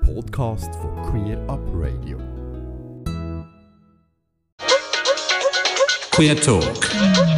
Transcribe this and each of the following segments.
Podcast von Queer Up Radio. Queer Talk.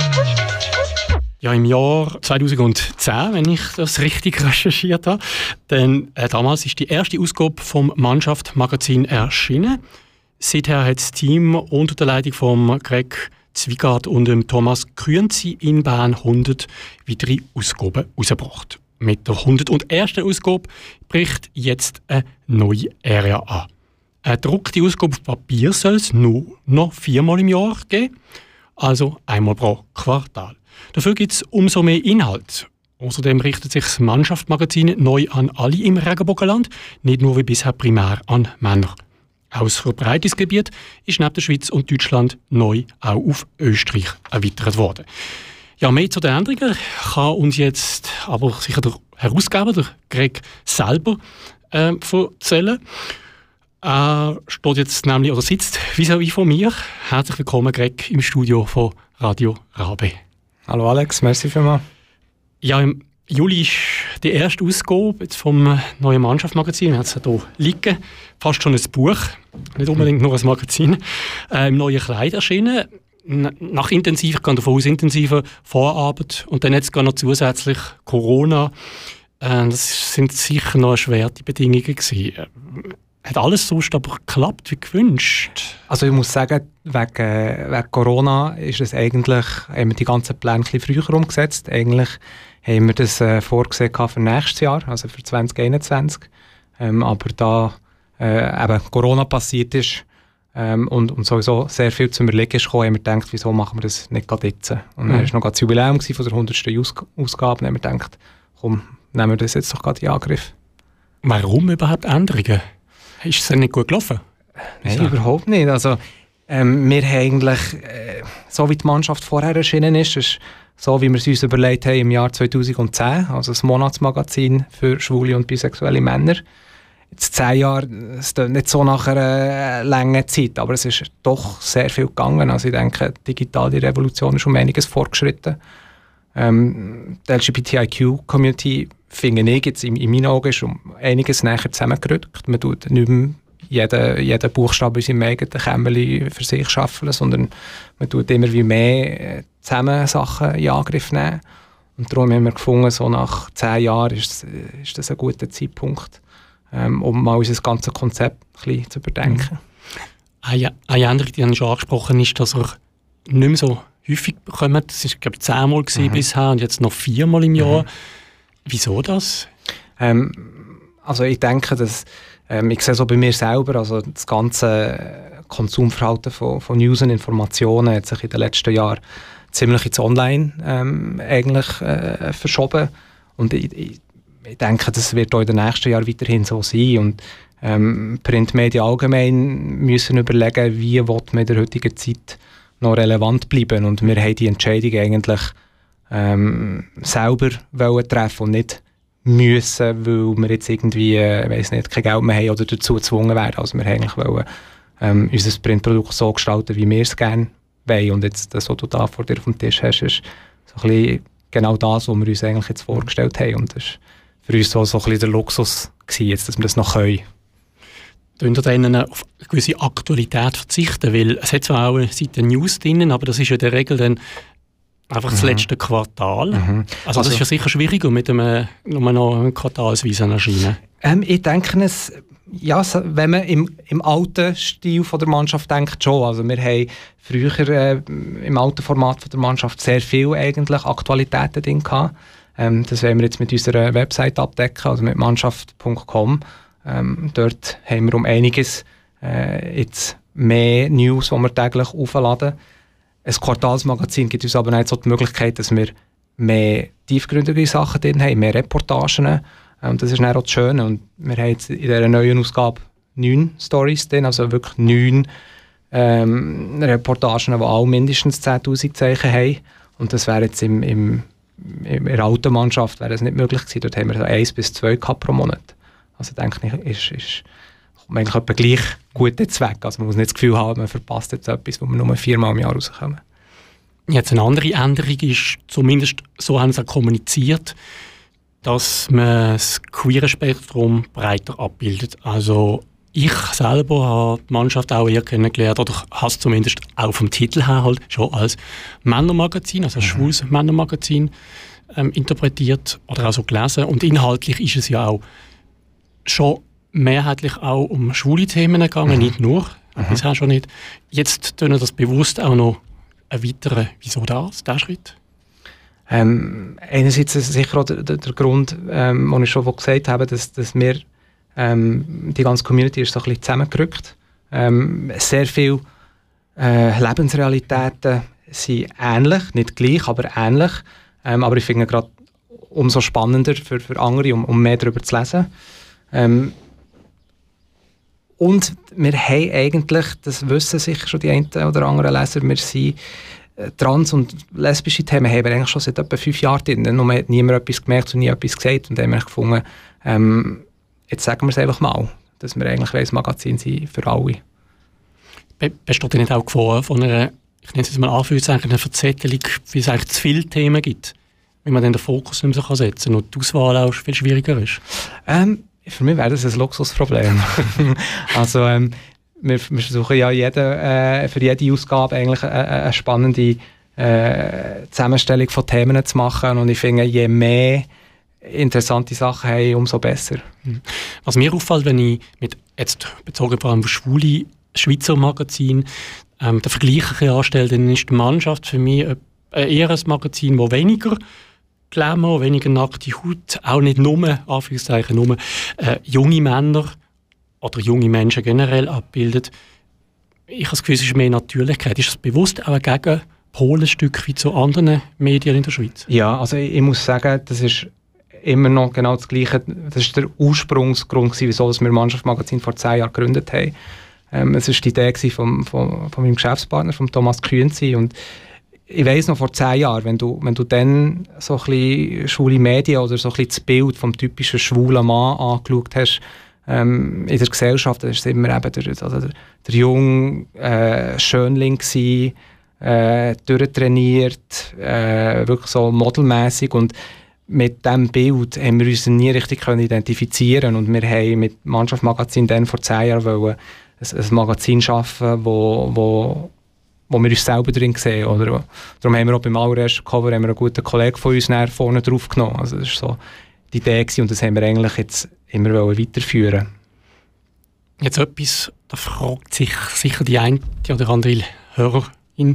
Ja, im Jahr 2010, wenn ich das richtig recherchiert habe, denn damals ist die erste Ausgabe vom Mannschaft-Magazin erschienen. Seither hat das Team unter der Leitung von Greg Zwigart und dem Thomas Grünzi in Bern 100 weitere Ausgaben herausgebracht. Mit der 101. Ausgabe bricht jetzt eine neue Ära an. Eine gedruckte Ausgabe auf Papier soll es nur noch 4-mal im Jahr geben, also einmal pro Quartal. Dafür gibt es umso mehr Inhalt. Außerdem richtet sich das Mannschaft-Magazin neu an alle im Regenbogenland, nicht nur wie bisher primär an Männer. Auch das Verbreitungsgebiet ist neben der Schweiz und Deutschland neu auch auf Österreich erweitert worden. Ja, mehr zu den Änderungen kann uns jetzt aber sicher der Herausgeber, der Greg selber, erzählen. Er steht jetzt nämlich, oder sitzt vis-à-vis von mir. Herzlich willkommen, Greg, im Studio von Radio Rabe. Hallo Alex, merci vielmals. Ja, im Juli ist die erste Ausgabe jetzt vom neuen Mannschaft-Magazin. Wir haben es hier liegen. Fast schon ein Buch, nicht unbedingt nur ein Magazin. Im neuen Kleid erschienen. Nach intensiver Vorarbeit und dann jetzt gar noch zusätzlich Corona. Das sind sicher noch erschwerte Bedingungen gewesen. Hat alles sonst aber geklappt wie gewünscht? Also ich muss sagen, wegen Corona ist es eigentlich, haben wir die ganzen Pläne ein bisschen früher umgesetzt. Eigentlich haben wir das vorgesehen für nächstes Jahr, also für 2021. Aber da eben Corona passiert ist, und sowieso sehr viel zum Überlegen ist gekommen, haben wir gedacht, wieso machen wir das nicht gerade jetzt? Und dann war noch das Jubiläum von der 100. Ausgabe, und haben wir gedacht, komm, nehmen wir das jetzt doch gerade in Angriff. Warum überhaupt Änderungen? Ist es denn nicht gut gelaufen? Nein, überhaupt nicht. Also, wir haben eigentlich, so wie die Mannschaft vorher erschienen ist so wie wir es uns überlegt haben im Jahr 2010, also das Monatsmagazin für schwule und bisexuelle Männer. Jetzt 10 Jahre, es klingt nicht so nach einer langen Zeit, aber es ist doch sehr viel gegangen. Also ich denke, die digitale Revolution ist um einiges fortgeschritten. Die LGBTIQ-Community, finde ich, jetzt in meinen Augen ist um einiges näher zusammengerückt. Man tut nicht mehr jeden Buchstaben in seinem eigenen Kämmerchen für sich schaffen, sondern man tut immer wie mehr zusammen Sachen in Angriff nehmen. Und darum haben wir gefunden, so nach 10 Jahren ist das ein guter Zeitpunkt, um mal unser ganzes Konzept ein bisschen zu überdenken. Eine Änderung, die ich schon angesprochen habe, ist, dass er nicht mehr so häufig kommt. Das war, glaube ich, 10-mal bisher und jetzt noch 4-mal im Jahr. Wieso das? Also ich denke, dass ich sehe so bei mir selber, also das ganze Konsumverhalten von News und Informationen hat sich in den letzten Jahren ziemlich ins Online eigentlich verschoben. Und ich denke, das wird auch in den nächsten Jahren weiterhin so sein. Und Printmedien allgemein müssen überlegen, wie man in der heutigen Zeit noch relevant bleiben. Und wir haben die Entscheidung eigentlich selber treffen und nicht müssen, weil wir jetzt irgendwie weiss nicht, kein Geld mehr haben oder dazu gezwungen werden. Also wir eigentlich wollen unser Printprodukt so gestalten, wie wir es gerne wollen. Und jetzt, das, was du da vor dir auf dem Tisch hast, ist so ein bisschen genau das, was wir uns eigentlich jetzt vorgestellt haben. Und das war für uns so ein bisschen der Luxus gewesen, jetzt, dass wir das noch können. Könnt ihr dann auf eine gewisse Aktualität verzichten? Weil es hat zwar auch eine Seite News drin, aber das ist ja in der Regel dann einfach das letzte Quartal. Also das ist ja sicher schwieriger mit einem quartalsweise erscheinen. Ich denke es, ja, wenn man im alten Stil von der Mannschaft denkt, schon. Also wir haben früher im alten Format von der Mannschaft sehr viel eigentlich Aktualitäten drin gehabt. Das wollen wir jetzt mit unserer Website abdecken, also mit mannschaft.com. Dort haben wir um einiges jetzt mehr News, die wir täglich aufladen. Ein Quartalsmagazin gibt uns aber nicht so die Möglichkeit, dass wir mehr tiefgründige Sachen drin haben, mehr Reportagen. Und das ist dann auch das Schöne. Und wir haben jetzt in dieser neuen Ausgabe 9 Storys drin, also wirklich 9 Reportagen, die alle mindestens 10'000 Zeichen haben. Und das wäre jetzt in der alten Mannschaft wäre das nicht möglich gewesen. Dort haben wir so 1 bis 2 gehabt pro Monat. Also denke ich, ist eigentlich etwa gleich guten Zweck. Also man muss nicht das Gefühl haben, man verpasst jetzt etwas, wo wir nur 4-mal im Jahr rauskommen. Jetzt eine andere Änderung ist, zumindest so haben sie auch kommuniziert, dass man das queere Spektrum breiter abbildet. Also ich selber habe die Mannschaft auch eher kennengelernt, oder habe es zumindest auch vom Titel her halt schon als Männermagazin, also ein schwules Männermagazin interpretiert oder auch so gelesen. Und inhaltlich ist es ja auch schon mehrheitlich auch um schwule Themen gegangen, nicht nur, bisher schon nicht. Jetzt tun wir das bewusst auch noch erweitern. Wieso der Schritt? Einerseits ist sicher auch der Grund, den ich schon gesagt habe, dass wir die ganze Community ist so ein bisschen zusammengerückt. Sehr viele Lebensrealitäten sind ähnlich, nicht gleich, aber ähnlich. Aber ich finde gerade umso spannender für andere, um mehr darüber zu lesen. Und wir haben eigentlich, das wissen sicher schon die einen oder anderen Leser, wir sind trans- und lesbische Themen haben wir eigentlich schon seit etwa 5 Jahren drin. Nur hat niemand etwas gemerkt und nie etwas gesagt. Und dann haben wir gefunden, jetzt sagen wir es einfach mal, dass wir eigentlich ein Magazin sind für alle. Besteht nicht auch Gefahr von einer, ich nenne es jetzt mal Anführungszeichen, einer Verzettelung, wie es eigentlich zu viele Themen gibt, wenn man dann den Fokus nicht mehr so setzen kann und die Auswahl auch viel schwieriger ist? Für mich wäre das ein Luxusproblem. Also wir versuchen ja für jede Ausgabe eigentlich eine spannende Zusammenstellung von Themen zu machen und ich finde, je mehr interessante Sachen haben, umso besser. Was mir auffällt, wenn ich jetzt bezogen vor allem auf schwule Schweizer Magazin den Vergleich anstelle, dann ist die Mannschaft für mich eher ein Magazin, das weniger Glamour, weniger nackte Haut, auch nicht nur, Anführungszeichen, nur junge Männer oder junge Menschen generell abbildet. Ich habe das Gefühl, es ist mehr Natürlichkeit. Ist das bewusst auch ein Gegenpol ein Stück wie zu anderen Medien in der Schweiz? Ja, also ich muss sagen, das ist immer noch genau das Gleiche. Das ist der Ursprungsgrund, wieso wir Mannschaftsmagazin vor 10 Jahren gegründet haben. Es war die Idee von meinem Geschäftspartner, von Thomas Kühnzi. Und ich weiss noch, vor 10 Jahren, wenn du dann so ein bisschen schwule Medien oder so ein bisschen das Bild vom typischen schwulen Mann angeschaut hast, in der Gesellschaft, das war immer eben der junge Schönling gewesen, durchtrainiert, wirklich so modelmässig, und mit diesem Bild haben wir uns nie richtig identifizieren, und wir haben mit Mannschaftsmagazin dann vor 10 Jahren wollen ein Magazin schaffen, wo wir uns selber drin sehen. Oder? Darum haben wir auch beim allerersten Cover einen guten Kollegen von uns vorne drauf genommen. Also das war so die Idee gewesen, und das haben wir eigentlich jetzt immer weiterführen. Jetzt etwas, da fragt sich sicher die eine oder andere Hörerin,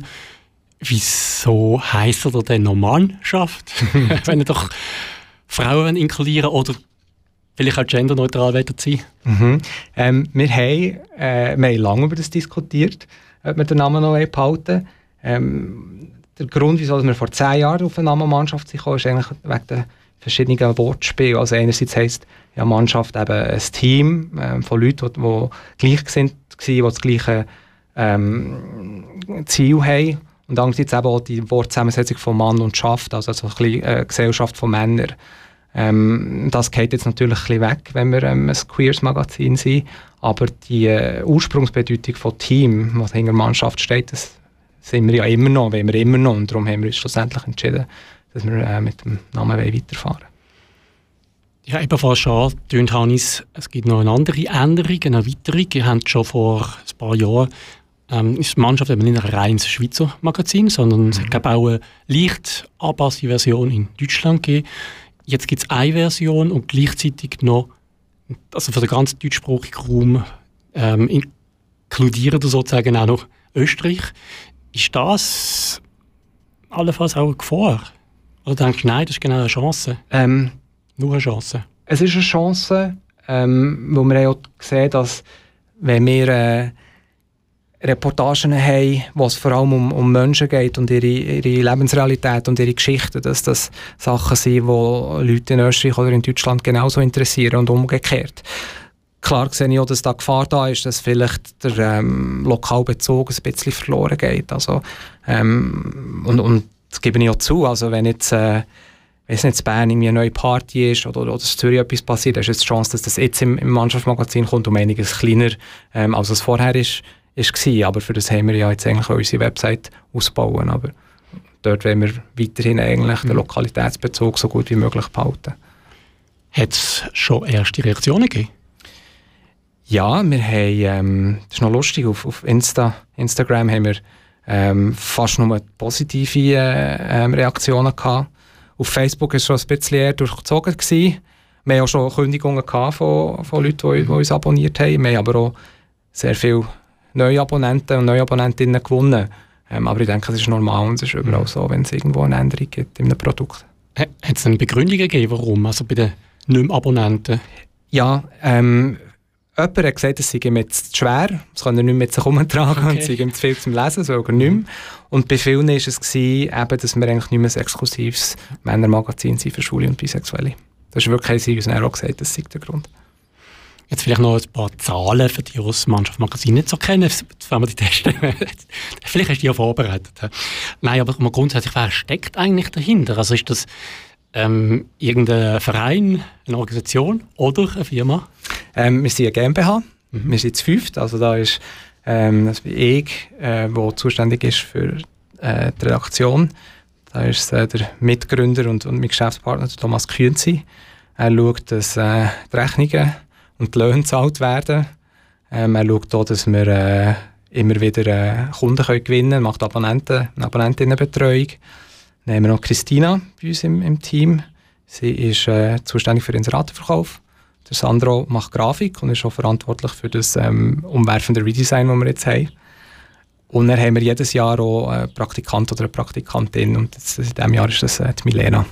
wieso heisst er denn noch Mannschaft? Wenn er doch Frauen inkludieren oder vielleicht auch genderneutral sein. Wir haben lange über das diskutiert, ob wir den Namen noch behalten wollen. Der Grund, wieso wir vor 10 Jahren auf den Namen Mannschaft sind, ist eigentlich wegen der verschiedenen Wortspiele. Also einerseits heisst ja Mannschaft eben ein Team von Leuten, die gleichgesinnt waren, die das gleiche Ziel haben. Und andererseits eben auch die Wortzusammensetzung von Mann und Schaft, also so ein bisschen Gesellschaft von Männern. Das geht jetzt natürlich ein bisschen weg, wenn wir ein queeres Magazin sind. Aber die Ursprungsbedeutung von Team, was hinter Mannschaft steht, das sind wir ja immer noch, wollen wir immer noch. Und darum haben wir uns schlussendlich entschieden, dass wir mit dem Namen weiterfahren wollen. Ja, ebenfalls schon angetönt, Hannes, es gibt noch eine andere Änderung, eine Erweiterung. Ihr habt schon vor ein paar Jahren ist die Mannschaft eben nicht ein reines Schweizer Magazin, sondern es hat auch eine leicht angepasste Version in Deutschland gegeben. Jetzt gibt es eine Version und gleichzeitig noch, also für den ganzen deutschsprachigen Raum, inkludieren sozusagen auch noch Österreich. Ist das allenfalls auch eine Gefahr? Oder denkst du, nein, das ist genau eine Chance? Nur eine Chance? Es ist eine Chance, wo wir auch sehen, dass wenn wir Reportagen haben, wo es vor allem um Menschen geht und ihre Lebensrealität und ihre Geschichten, dass das Sachen sind, die Leute in Österreich oder in Deutschland genauso interessieren und umgekehrt. Klar sehe ich auch, dass da Gefahr da ist, dass vielleicht der Lokalbezug ein bisschen verloren geht. Also, und das gebe ich auch zu. Also wenn jetzt wenn es nicht in Bern eine neue Party ist oder in Zürich etwas passiert, ist es die Chance, dass das jetzt im Mannschaftsmagazin kommt, um einiges kleiner, als es vorher war. Aber für das haben wir ja jetzt eigentlich unsere Website ausbauen. Aber dort wollen wir weiterhin eigentlich den Lokalitätsbezug so gut wie möglich behalten. Hat es schon erste Reaktionen gegeben? Ja, wir haben, das ist noch lustig, auf Instagram haben wir fast nur positive Reaktionen gehabt. Auf Facebook war es schon ein bisschen eher durchgezogen gewesen. Wir haben auch schon Kündigungen gehabt von Leuten, die uns abonniert haben. Wir haben aber auch sehr viele neue Abonnenten und neue Abonnentinnen gewonnen. Aber ich denke, das ist normal und es ist überall so, wenn es irgendwo eine Änderung gibt in einem Produkt. Hat es eine Begründung gegeben, warum? Also bei den Nicht-Abonnenten? Ja, jemand hat gesagt, es sei ihm jetzt zu schwer, es kann er nicht mit sich herumtragen und es sei ihm zu viel zum Lesen, sogar nicht mehr. Und bei vielen war es, dass wir eigentlich nicht mehr ein exklusives Männermagazin sind für Schwule und Bisexuelle. Das ist wirklich, sie uns auch gesagt, das sei der Grund. Jetzt vielleicht noch ein paar Zahlen für die, die das Mannschaft-Magazin nicht so kennen, wenn wir die testen. Vielleicht hast du die ja vorbereitet. Nein, aber grundsätzlich, wer steckt eigentlich dahinter? Also ist das irgendein Verein, eine Organisation oder eine Firma? Wir sind eine GmbH, wir sind zu fünft. Also da ist das bin ich, der zuständig ist für die Redaktion. Da ist der Mitgründer und mein Geschäftspartner Thomas Künzi. Er schaut, dass die Rechnungen und die Löhne gezahlt werden. Er schaut auch, dass wir immer wieder Kunden gewinnen können, macht Abonnentinnenbetreuung. Dann haben wir noch Christina bei uns im Team. Sie ist zuständig für den Inseratenverkauf. Der Sandro macht Grafik und ist auch verantwortlich für das umwerfende Redesign, das wir jetzt haben. Und dann haben wir jedes Jahr auch einen Praktikant oder eine Praktikantin. Und in diesem Jahr ist das die Milena.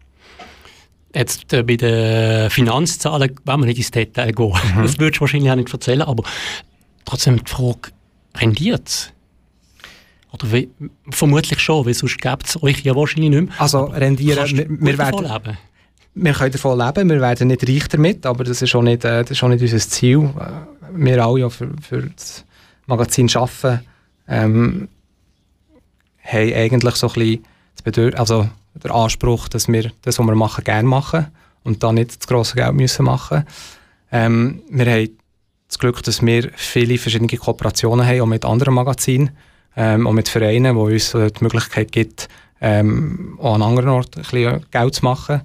Jetzt bei den Finanzzahlen wollen wir nicht ins Detail gehen. Das würdest du wahrscheinlich auch nicht erzählen, aber trotzdem die Frage, rendiert es? Oder vermutlich schon, weil sonst gibt es euch ja wahrscheinlich nicht mehr. Also rendieren, wir können davon leben, wir werden nicht reich damit, aber das ist auch nicht unser Ziel. Wir alle, die für das Magazin arbeiten, haben eigentlich so ein bisschen der Anspruch, dass wir das, was wir machen, gerne machen und dann nicht das grosse Geld müssen machen. Wir haben das Glück, dass wir viele verschiedene Kooperationen haben, auch mit anderen Magazinen, auch mit Vereinen, die uns die Möglichkeit gibt, auch an anderen Orten ein bisschen Geld zu machen.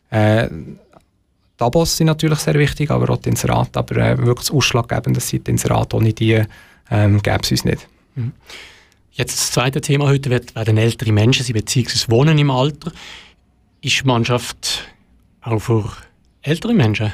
Die Abos sind natürlich sehr wichtig, aber auch die Inserate. Aber wirklich das Ausschlaggebende sind die Inserate. Ohne die gäbe es uns nicht. Jetzt das zweite Thema heute werden ältere Menschen sein, beziehungsweise wohnen im Alter. Ist die Mannschaft auch für ältere Menschen?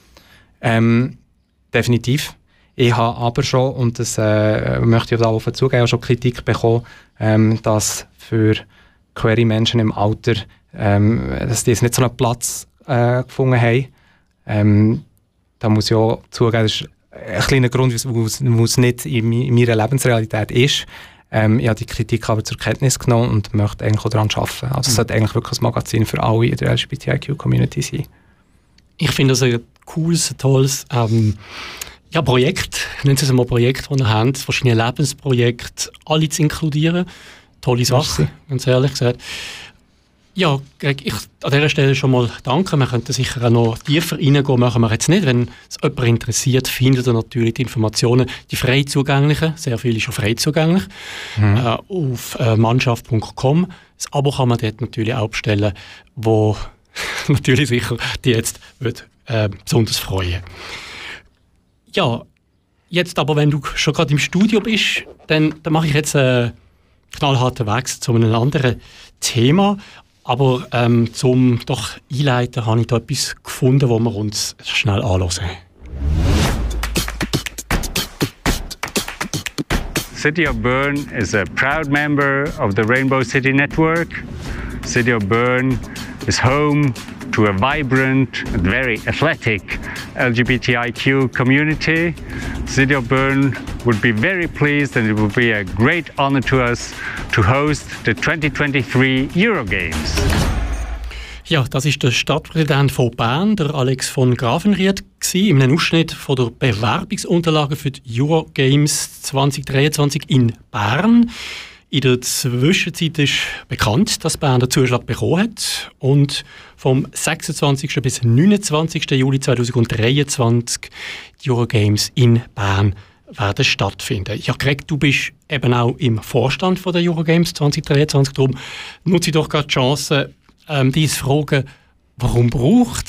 Definitiv. Ich habe aber schon, und das möchte ich auch offen zugeben, schon Kritik bekommen, dass für queere Menschen im Alter, dass die jetzt nicht so einen Platz gefunden haben. Da muss ich auch zugeben, das ist ein kleiner Grund, warum es nicht in meiner Lebensrealität ist. Ich habe die Kritik aber zur Kenntnis genommen und möchte eigentlich auch daran arbeiten. Also es sollte eigentlich wirklich ein Magazin für alle in der LGBTIQ-Community sein. Ich finde das ein cooles, tolles Projekt. Nennen Sie es mal Projekt, das ihr habt. Verschiedene Lebensprojekte, alle zu inkludieren. Tolle Sache, ganz ehrlich gesagt. Ja, ich an dieser Stelle schon mal danke. Wir könnten sicher auch noch tiefer reingehen, machen wir jetzt nicht. Wenn es jemand interessiert, findet ihr natürlich die Informationen, die frei zugänglichen, sehr viele schon frei zugänglich, auf mannschaft.com. Das Abo kann man dort natürlich auch bestellen, wo natürlich sicher die jetzt besonders freuen. Ja, jetzt aber, wenn du schon gerade im Studio bist, dann mache ich jetzt einen knallharten Wechsel zu einem anderen Thema. Aber zum doch einleiten habe ich da etwas gefunden, das wir uns schnell anschauen. City of Bern is a proud member of the Rainbow City Network. City of Bern is home to a vibrant and very athletic LGBTIQ community. City of Bern would be very pleased, and it would be a great honor to us to host the 2023 Eurogames. Ja, das ist der Stadtpräsident von Bern, der Alex von Grafenried, in einem Ausschnitt von der Bewerbungsunterlagen für die Eurogames 2023 in Bern. In der Zwischenzeit ist bekannt, dass Bern den Zuschlag bekommen hat und vom 26. bis 29. Juli 2023 die Eurogames in Bern werden stattfinden. Ja, Greg, du bist eben auch im Vorstand von der Eurogames 2023, darum nutze ich doch gerade die Chance, dich zu fragen, warum braucht es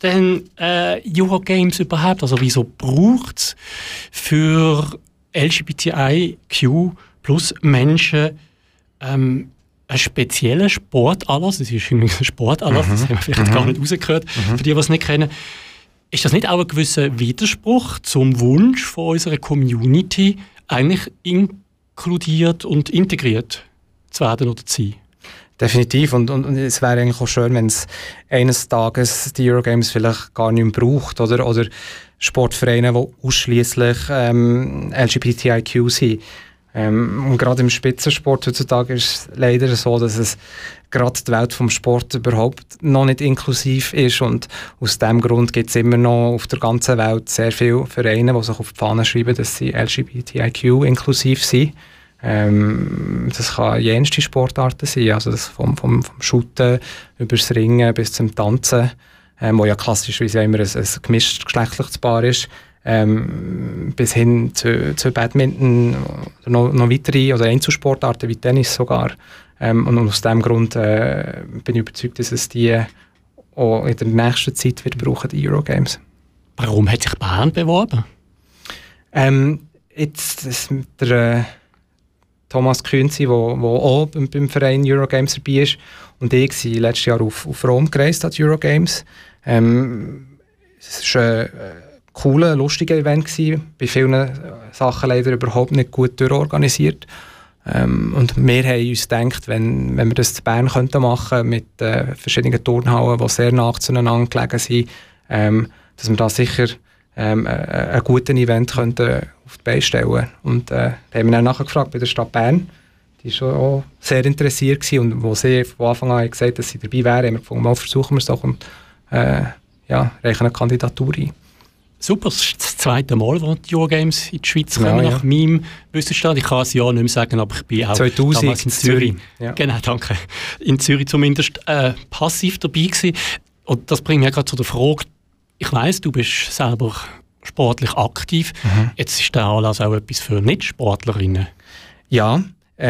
denn Eurogames überhaupt? Also wieso braucht es für LGBTIQ plus Menschen einen speziellen Sportanlass? Das ist übrigens ein Sportanlass, das haben wir vielleicht gar nicht rausgehört, für die es nicht kennen. Ist das nicht auch ein gewisser Widerspruch zum Wunsch von unserer Community, eigentlich inkludiert und integriert zu werden oder zu sein? Definitiv. Und es wäre eigentlich auch schön, wenn es eines Tages die Eurogames vielleicht gar nicht mehr braucht. Oder Sportvereine, die ausschliesslich LGBTIQ sind. Und gerade im Spitzensport heutzutage ist es leider so, dass es gerade die Welt vom Sport überhaupt noch nicht inklusiv ist. Und aus diesem Grund gibt es immer noch auf der ganzen Welt sehr viele Vereine, die sich auf die Fahne schreiben, dass sie LGBTIQ inklusiv sind. Das kann jenste Sportarten sein, also das vom Shooten über das Ringen bis zum Tanzen, wo ja klassischerweise immer ein gemischt geschlechtliches Paar ist, bis hin zu Badminton oder noch weitere oder Einzelsportarten wie Tennis sogar. Und aus diesem Grund bin ich überzeugt, dass es die auch in der nächsten Zeit wird brauchen, die Eurogames. Warum hat sich Bern beworben? Der Thomas Künzi, der auch beim Verein Eurogames dabei ist, und ich sind letztes Jahr auf Rom gereist, an die Eurogames. Es war ein cooler, lustiger Event gewesen, bei vielen Sachen leider überhaupt nicht gut durchorganisiert. Und wir haben uns gedacht, wenn wir das in Bern machen könnten, mit verschiedenen Turnhallen, die sehr nah zueinander gelegen sind, dass wir da sicher einen guten Event könnten auf die Beine stellen. Und da haben wir dann nachher gefragt bei der Stadt Bern. Die war auch sehr interessiert gewesen, und wo sie von Anfang an gesagt hat, dass sie dabei wären, haben wir gefunden, mal versuchen wir es doch und reichen eine Kandidatur ein. Super, das ist das zweite Mal, wo die Eurogames in die Schweiz kommen, nach meinem Wissensstand. Ich kann es ja nicht mehr sagen, aber ich bin auch 2000 damals in Zürich. Ja. Genau, danke. In Zürich zumindest passiv dabei gewesen. Und das bringt mich gerade zu der Frage, ich weiss, du bist selber sportlich aktiv. Jetzt ist der Anlass auch etwas für Nicht-Sportlerinnen. Ja,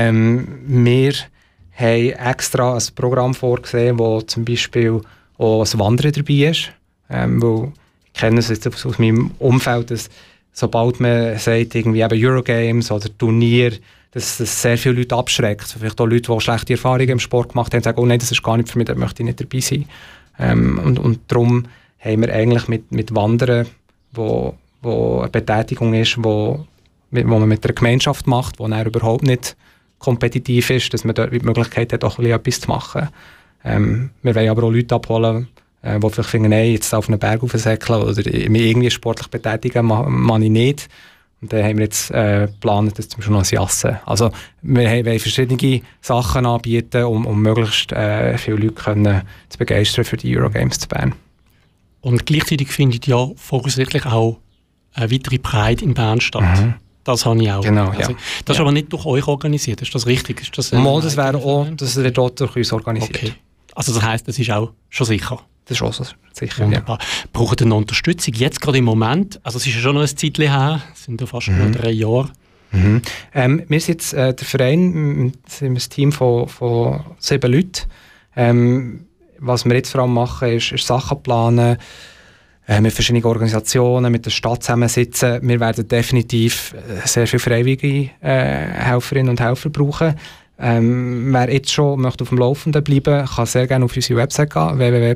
wir haben extra ein Programm vorgesehen, wo zum Beispiel auch das Wandern dabei ist. Weil ich kenne es jetzt aus meinem Umfeld, dass sobald man sagt, irgendwie eben Eurogames oder Turnier, dass das sehr viele Leute abschreckt. Vielleicht auch Leute, die schlechte Erfahrungen im Sport gemacht haben, sagen, oh nein, das ist gar nicht für mich, da möchte ich nicht dabei sein. Und darum haben wir eigentlich mit Wandern, wo eine Betätigung ist, wo man mit der Gemeinschaft macht, die dann überhaupt nicht kompetitiv ist, dass man dort die Möglichkeit hat, auch etwas zu machen. Wir wollen aber auch Leute abholen, die vielleicht finden, nein, jetzt auf einen Berg aufsäckeln oder mich irgendwie sportlich betätigen, mache ich nicht. Und dann haben wir jetzt geplant, das zum Beispiel noch ein Jassen. Also wir wollen verschiedene Sachen anbieten, um möglichst viele Leute zu begeistern für die Eurogames zu Bern. Und gleichzeitig findet ja voraussichtlich auch eine weitere Pride in Bern statt. Das habe ich auch. Genau, also, ja. Das ist aber nicht durch euch organisiert, ist das richtig? Ist das das wäre auch, das wird auch durch uns organisiert. Okay. Also das heisst, das ist auch schon sicher? Das ist auch so sicher, wunderbar. Ja. Braucht ihr noch Unterstützung? Jetzt gerade im Moment, also es ist ja schon noch ein Zeitchen her, es sind ja fast nur 3 Jahre. Wir sind jetzt der Verein, sind ein Team von 7 Leuten. Was wir jetzt vor allem machen, ist Sachen planen, mit verschiedenen Organisationen, mit der Stadt zusammensitzen. Wir werden definitiv sehr viele freiwillige Helferinnen und Helfer brauchen. Wer jetzt schon möchte auf dem Laufenden bleiben, kann sehr gerne auf unsere Website gehen,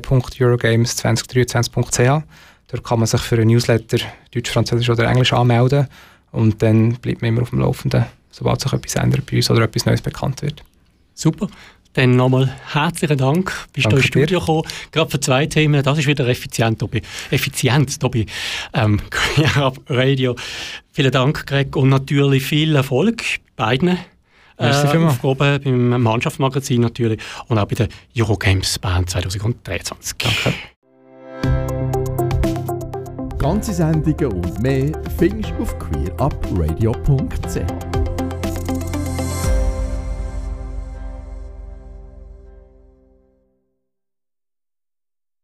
www.eurogames2023.ch. Dort kann man sich für einen Newsletter Deutsch, Französisch oder Englisch anmelden und dann bleibt man immer auf dem Laufenden, sobald sich etwas ändert bei uns oder etwas Neues bekannt wird. Super. Dann nochmal herzlichen Dank, bist du ins Studio gekommen. Gerade für 2 Themen, das ist wieder effizient, Tobi. Queer Up Radio. Vielen Dank, Greg, und natürlich viel Erfolg bei beiden Aufgaben, beim Mannschaftsmagazin natürlich und auch bei den Eurogames Bern 2023. Danke. Ganze Sendungen und mehr findest du auf queerupradio.ch.